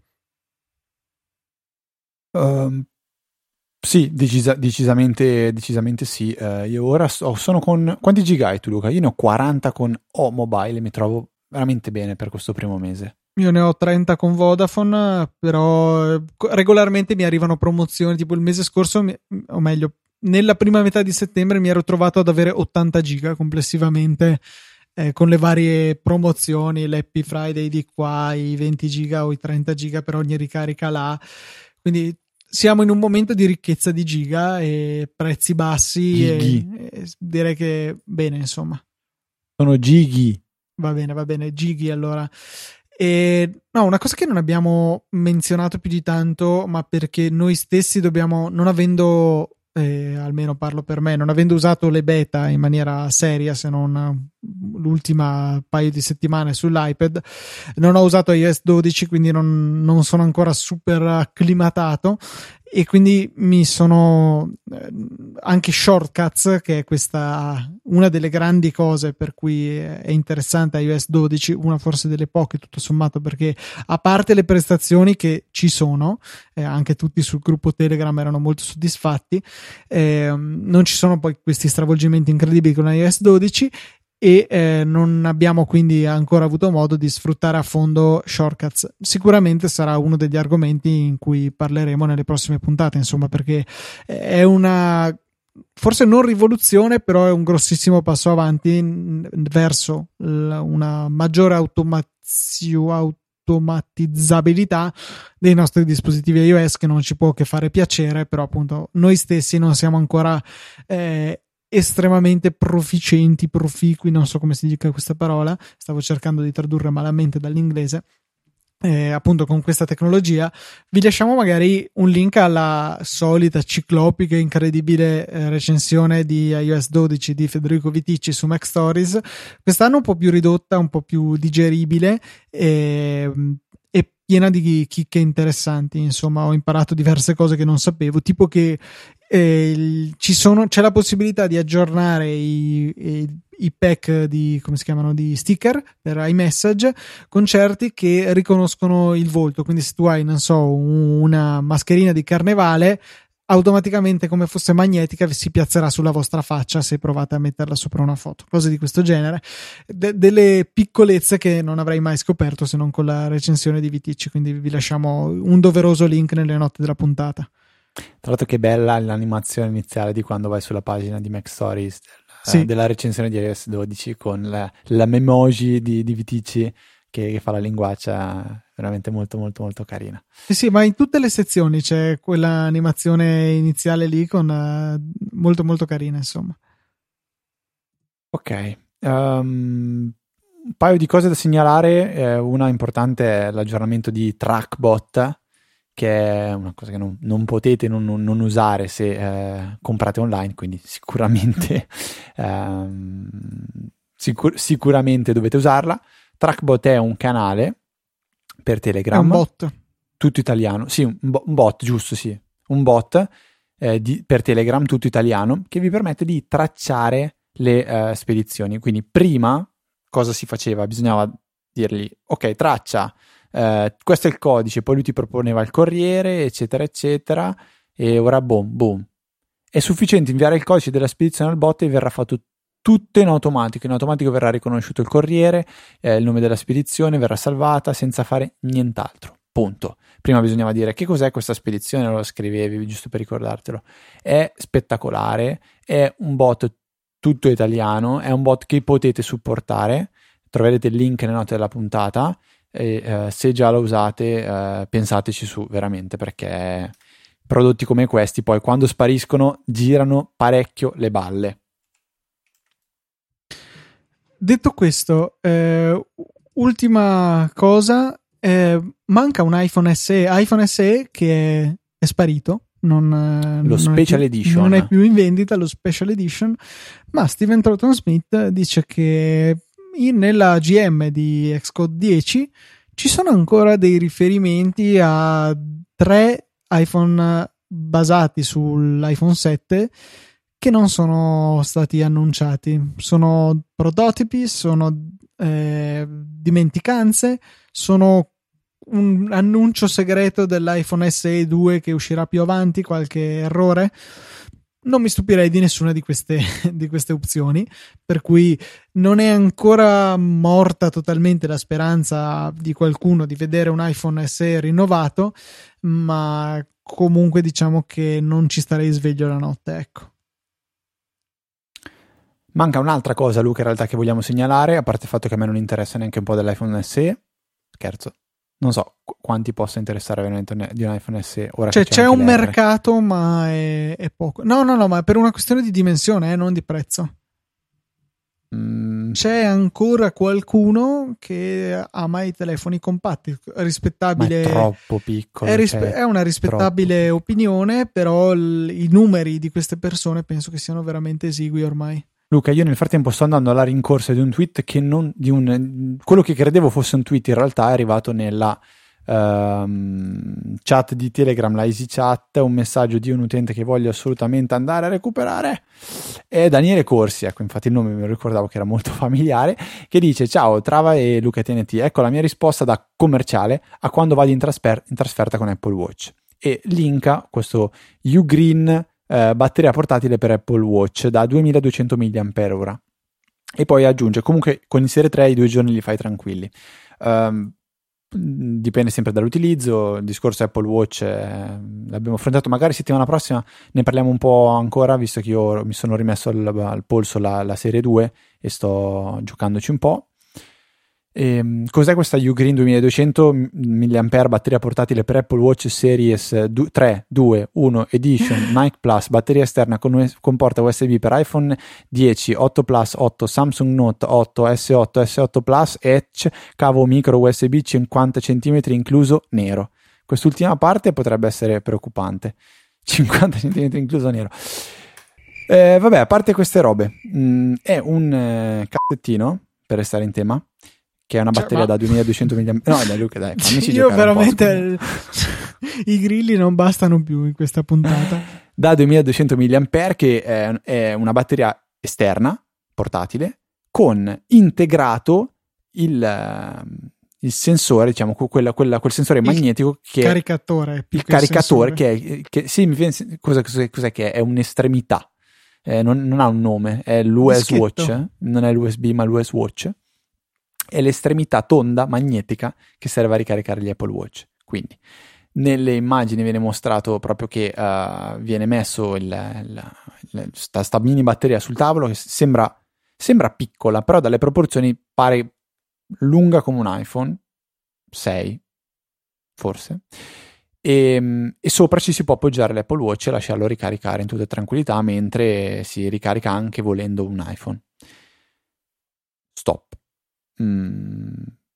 Um. Sì, decisa, decisamente, decisamente sì. Uh, io ora so, sono con... Quanti giga hai tu, Luca? Io ne ho quaranta con O Mobile e mi trovo veramente bene per questo primo mese. Io ne ho trenta con Vodafone, però regolarmente mi arrivano promozioni, tipo il mese scorso, o meglio, nella prima metà di settembre mi ero trovato ad avere ottanta giga complessivamente, eh, con le varie promozioni, l'Happy Friday di qua, i venti giga o i trenta giga per ogni ricarica là. Quindi siamo in un momento di ricchezza di giga e prezzi bassi e, e direi che bene, insomma. Sono gighi. Va bene, va bene, gighi allora. E no, una cosa che non abbiamo menzionato più di tanto, ma perché noi stessi dobbiamo, non avendo, eh, almeno parlo per me, non avendo usato le beta in maniera seria, se non l'ultima paio di settimane sull'iPad, non ho usato iOS dodici, quindi non, non sono ancora super acclimatato, e quindi mi sono eh, anche Shortcuts, che è questa una delle grandi cose per cui è interessante iOS dodici, una forse delle poche tutto sommato, perché a parte le prestazioni che ci sono, eh, anche tutti sul gruppo Telegram erano molto soddisfatti, eh, non ci sono poi questi stravolgimenti incredibili con iOS dodici, e eh, non abbiamo quindi ancora avuto modo di sfruttare a fondo Shortcuts. Sicuramente sarà uno degli argomenti in cui parleremo nelle prossime puntate, insomma, perché è una, forse non rivoluzione, però è un grossissimo passo avanti verso una maggiore automazione, automatizzabilità dei nostri dispositivi iOS, che non ci può che fare piacere, però appunto noi stessi non siamo ancora eh, estremamente proficienti, proficui, non so come si dica questa parola, stavo cercando di tradurre malamente dall'inglese, eh, appunto con questa tecnologia. Vi lasciamo magari un link alla solita ciclopica incredibile eh, recensione di iOS dodici di Federico Viticci su Mac Stories, quest'anno un po' più ridotta, un po' più digeribile e, e piena di chicche interessanti. Insomma, ho imparato diverse cose che non sapevo, tipo che Eh, ci sono, c'è la possibilità di aggiornare i, i, i pack di, come si chiamano, di sticker per iMessage concerti che riconoscono il volto, quindi se tu hai, non so, una mascherina di carnevale, automaticamente, come fosse magnetica, si piazzerà sulla vostra faccia se provate a metterla sopra una foto, cose di questo genere. De- delle piccolezze che non avrei mai scoperto se non con la recensione di Viticci, quindi vi lasciamo un doveroso link nelle note della puntata. Tra l'altro che bella l'animazione iniziale di quando vai sulla pagina di Mac Stories della, sì. della recensione di iOS dodici con la, la memoji di, di Viticci che, che fa la linguaccia veramente molto molto molto carina. Sì, sì, ma in tutte le sezioni c'è quella animazione iniziale lì con uh, molto molto carina, insomma. Ok, um, un paio di cose da segnalare. Eh, una importante è l'aggiornamento di Trackbot, che è una cosa che non, non potete non, non usare se eh, comprate online, quindi sicuramente ehm, sicur- sicuramente dovete usarla. Trackbot è un canale per Telegram, è un bot tutto italiano, sì, un, bo- un bot, giusto, sì, un bot eh, di, per Telegram tutto italiano, che vi permette di tracciare le eh, spedizioni. Quindi prima cosa si faceva? Bisognava dirgli ok, traccia, eh, questo è il codice, poi lui ti proponeva il corriere, eccetera eccetera, e ora boom boom, è sufficiente inviare il codice della spedizione al bot e verrà fatto tutto in automatico. In automatico verrà riconosciuto il corriere, eh, il nome della spedizione verrà salvata senza fare nient'altro, punto. Prima bisognava dire che cos'è questa spedizione, lo scrivevi giusto per ricordartelo. È spettacolare, è un bot tutto italiano, è un bot che potete supportare, troverete il link nelle note della puntata, e eh, se già lo usate eh, pensateci su veramente, perché prodotti come questi poi quando spariscono girano parecchio le balle. Detto questo, eh, ultima cosa, eh, manca un iPhone S E, iPhone S E che è, è sparito. Non, lo non Special è più, Edition non è più in vendita, lo Special Edition, ma Steven Troughton-Smith dice che in, nella G M di Xcode dieci ci sono ancora dei riferimenti a tre iPhone basati sull'iPhone sette che non sono stati annunciati. Sono prototipi, sono eh, dimenticanze, sono un annuncio segreto dell'iPhone S E due che uscirà più avanti, qualche errore. Non mi stupirei di nessuna di queste, di queste opzioni, per cui non è ancora morta totalmente la speranza di qualcuno di vedere un iPhone S E rinnovato, ma comunque diciamo che non ci starei sveglio la notte, ecco. Manca un'altra cosa, Luca, in realtà, che vogliamo segnalare, a parte il fatto che a me non interessa neanche un po' dell'iPhone S E, scherzo, non so qu- quanti possa interessare veramente di un iPhone S E ora. Cioè che c'è, c'è anche un l'R. mercato, ma è, è poco. No, no, no, ma per una questione di dimensione, eh, non di prezzo. Mm. C'è ancora qualcuno che ama i telefoni compatti, rispettabile. Ma è troppo piccolo. È, rispe- cioè, è una rispettabile opinione, però l- i numeri di queste persone penso che siano veramente esigui ormai. Luca, io nel frattempo sto andando alla rincorsa di un tweet che non di un quello che credevo fosse un tweet in realtà è arrivato nella um, chat di Telegram, la EasyChat, un messaggio di un utente che voglio assolutamente andare a recuperare, è Daniele Corsi, ecco, infatti il nome me lo ricordavo che era molto familiare, che dice: ciao Trava e Luca T N T, ecco la mia risposta da commerciale a quando vado in, trasfer- in trasferta con Apple Watch, e linka questo Ugreen Eh, batteria portatile per Apple Watch da duemiladuecento milliampere ora, e poi aggiunge comunque con il Serie tre i due giorni li fai tranquilli. Um, dipende sempre dall'utilizzo. Il discorso Apple Watch eh, l'abbiamo affrontato, magari settimana prossima ne parliamo un po' ancora, visto che io mi sono rimesso al, al polso la, la Serie due e sto giocandoci un po'. E, cos'è questa Ugreen duemiladuecento milliampere batteria portatile per Apple Watch Series tre, due, uno Edition Nike Plus, batteria esterna con, con porta U S B per iPhone dieci, otto Plus, otto, Samsung Note otto, S otto, S otto Plus, Edge, cavo micro U S B cinquanta centimetri incluso nero. Quest'ultima parte potrebbe essere preoccupante, cinquanta centimetri incluso nero. Eh, vabbè, a parte queste robe, mh, è un eh, cassettino, per restare in tema, che è una batteria, cioè, ma... da duemiladuecento milliampere. No, dai Luca, dai, fammici io giocare veramente un po', i grilli non bastano più in questa puntata. Da duemiladuecento milliampere, che è, è una batteria esterna portatile con integrato il, il sensore, diciamo, quella, quella, quel sensore il magnetico che caricatore, più il che caricatore che è che sì, mi viene, cosa, cos'è, cos'è che è? È un'estremità, eh, non, non ha un nome, è l'U S Watch, non è l'U S B ma l'U S Watch. È l'estremità tonda magnetica che serve a ricaricare gli Apple Watch. Quindi nelle immagini viene mostrato proprio che uh, viene messo il, il, il, sta, sta mini batteria sul tavolo che sembra, sembra piccola, però dalle proporzioni pare lunga come un iPhone, sei forse, e, e sopra ci si può appoggiare l'Apple Watch e lasciarlo ricaricare in tutta tranquillità mentre si ricarica anche volendo un iPhone. Stop. Mm.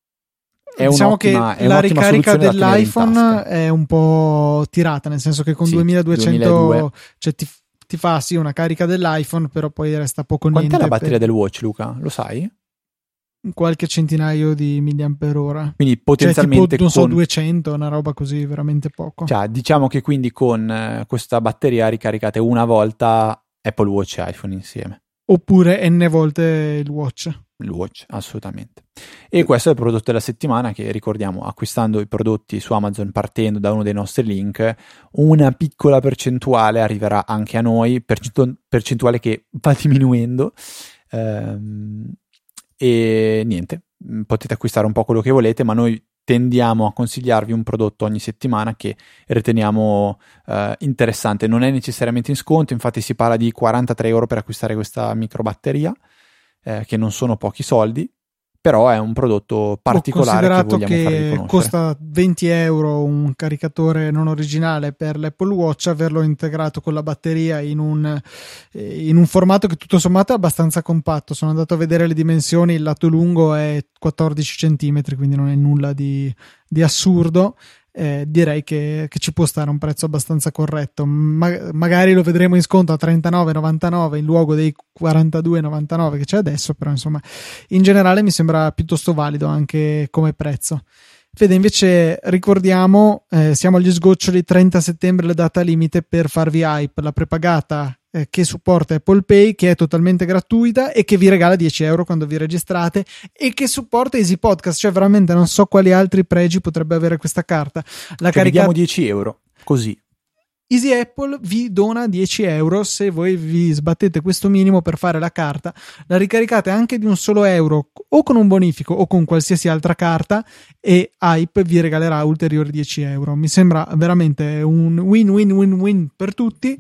È diciamo che è la ricarica dell'iPhone è un po' tirata, nel senso che con sì, duemiladuecento duemiladue cioè ti, ti fa sì una carica dell'iPhone, però poi resta poco. Quant'è niente. Quant'è la batteria per... del Watch, Luca? Lo sai? Qualche centinaio di milliampere ora. Quindi potenzialmente cioè, tipo, non con... so, duecento, una roba così, veramente poco. Cioè, diciamo che quindi con eh, questa batteria ricaricate una volta Apple Watch e iPhone insieme. Oppure n volte il Watch. Il Watch, assolutamente. E questo è il prodotto della settimana che, ricordiamo, acquistando i prodotti su Amazon partendo da uno dei nostri link, una piccola percentuale arriverà anche a noi, percentuale che va diminuendo. Ehm, e niente, potete acquistare un po' quello che volete, ma noi tendiamo a consigliarvi un prodotto ogni settimana che riteniamo uh, interessante. Non è necessariamente in sconto, infatti si parla di quarantatré euro per acquistare questa microbatteria, eh, che non sono pochi soldi, però è un prodotto particolare che vogliamo che farvi conoscere. Costa venti euro un caricatore non originale per l'Apple Watch, averlo integrato con la batteria in un, in un formato che tutto sommato è abbastanza compatto. Sono andato a vedere le dimensioni, il lato lungo è quattordici centimetri, quindi non è nulla di, di assurdo. Eh, direi che, che ci può stare un prezzo abbastanza corretto. Ma, magari lo vedremo in sconto a trentanove e novantanove in luogo dei quarantadue e novantanove che c'è adesso, però insomma in generale mi sembra piuttosto valido anche come prezzo. Fede, invece ricordiamo, eh, siamo agli sgoccioli, trenta settembre la data limite per farvi hype, la prepagata eh, che supporta Apple Pay, che è totalmente gratuita e che vi regala dieci euro quando vi registrate, e che supporta Easy Podcast, cioè veramente non so quali altri pregi potrebbe avere questa carta. La cioè, carica... dieci euro, così. Easy Apple vi dona dieci euro se voi vi sbattete questo minimo per fare la carta, la ricaricate anche di un solo euro o con un bonifico o con qualsiasi altra carta e Hype vi regalerà ulteriori dieci euro. Mi sembra veramente un win win win win per tutti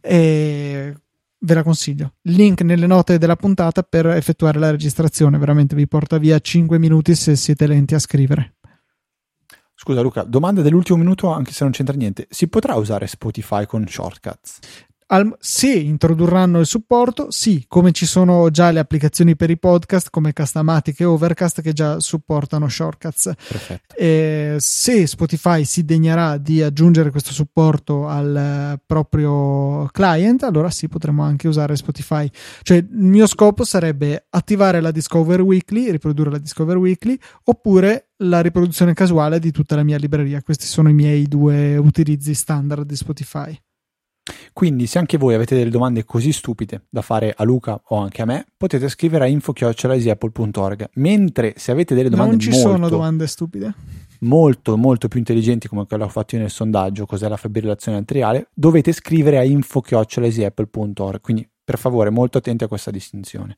e ve la consiglio. Link nelle note della puntata per effettuare la registrazione, veramente vi porta via cinque minuti se siete lenti a scrivere. Scusa Luca, domanda dell'ultimo minuto, anche se non c'entra niente. Si potrà usare Spotify con shortcuts? Al, se introdurranno il supporto, sì, come ci sono già le applicazioni per i podcast come Castamatic e Overcast che già supportano shortcuts. Perfetto. E se Spotify si degnerà di aggiungere questo supporto al proprio client, allora sì, potremo anche usare Spotify. Cioè il mio scopo sarebbe attivare la Discover Weekly, riprodurre la Discover Weekly, oppure la riproduzione casuale di tutta la mia libreria. Questi sono i miei due utilizzi standard di Spotify. Quindi se anche voi avete delle domande così stupide da fare a Luca o anche a me, potete scrivere a info chiocciola easy apple punto org. Mentre se avete delle domande non ci molto, sono domande stupide molto molto più intelligenti come quella che ho fatto io nel sondaggio, cos'è la fibrillazione atriale, dovete scrivere a info chiocciola easy apple punto org. Quindi per favore molto attenti a questa distinzione.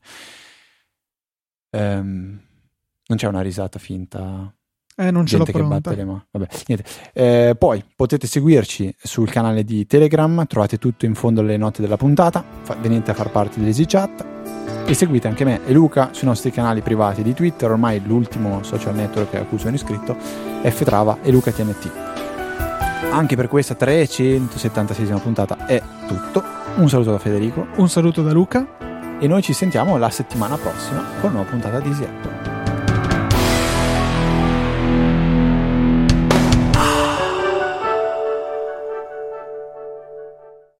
Um, non c'è una risata finta? Eh, non ce l'ho Gente pronta. Che batte le mani. Vabbè, niente. Eh, poi potete seguirci sul canale di Telegram, trovate tutto in fondo alle note della puntata, Fa- venite a far parte dell'Easy Chat e seguite anche me e Luca sui nostri canali privati di Twitter, ormai l'ultimo social network a cui sono iscritto, Ftrava e Luca T N T. Anche per questa trecentosettantaseiesima puntata è tutto. Un saluto da Federico, un saluto da Luca e noi ci sentiamo la settimana prossima con una nuova puntata di Easy Apple.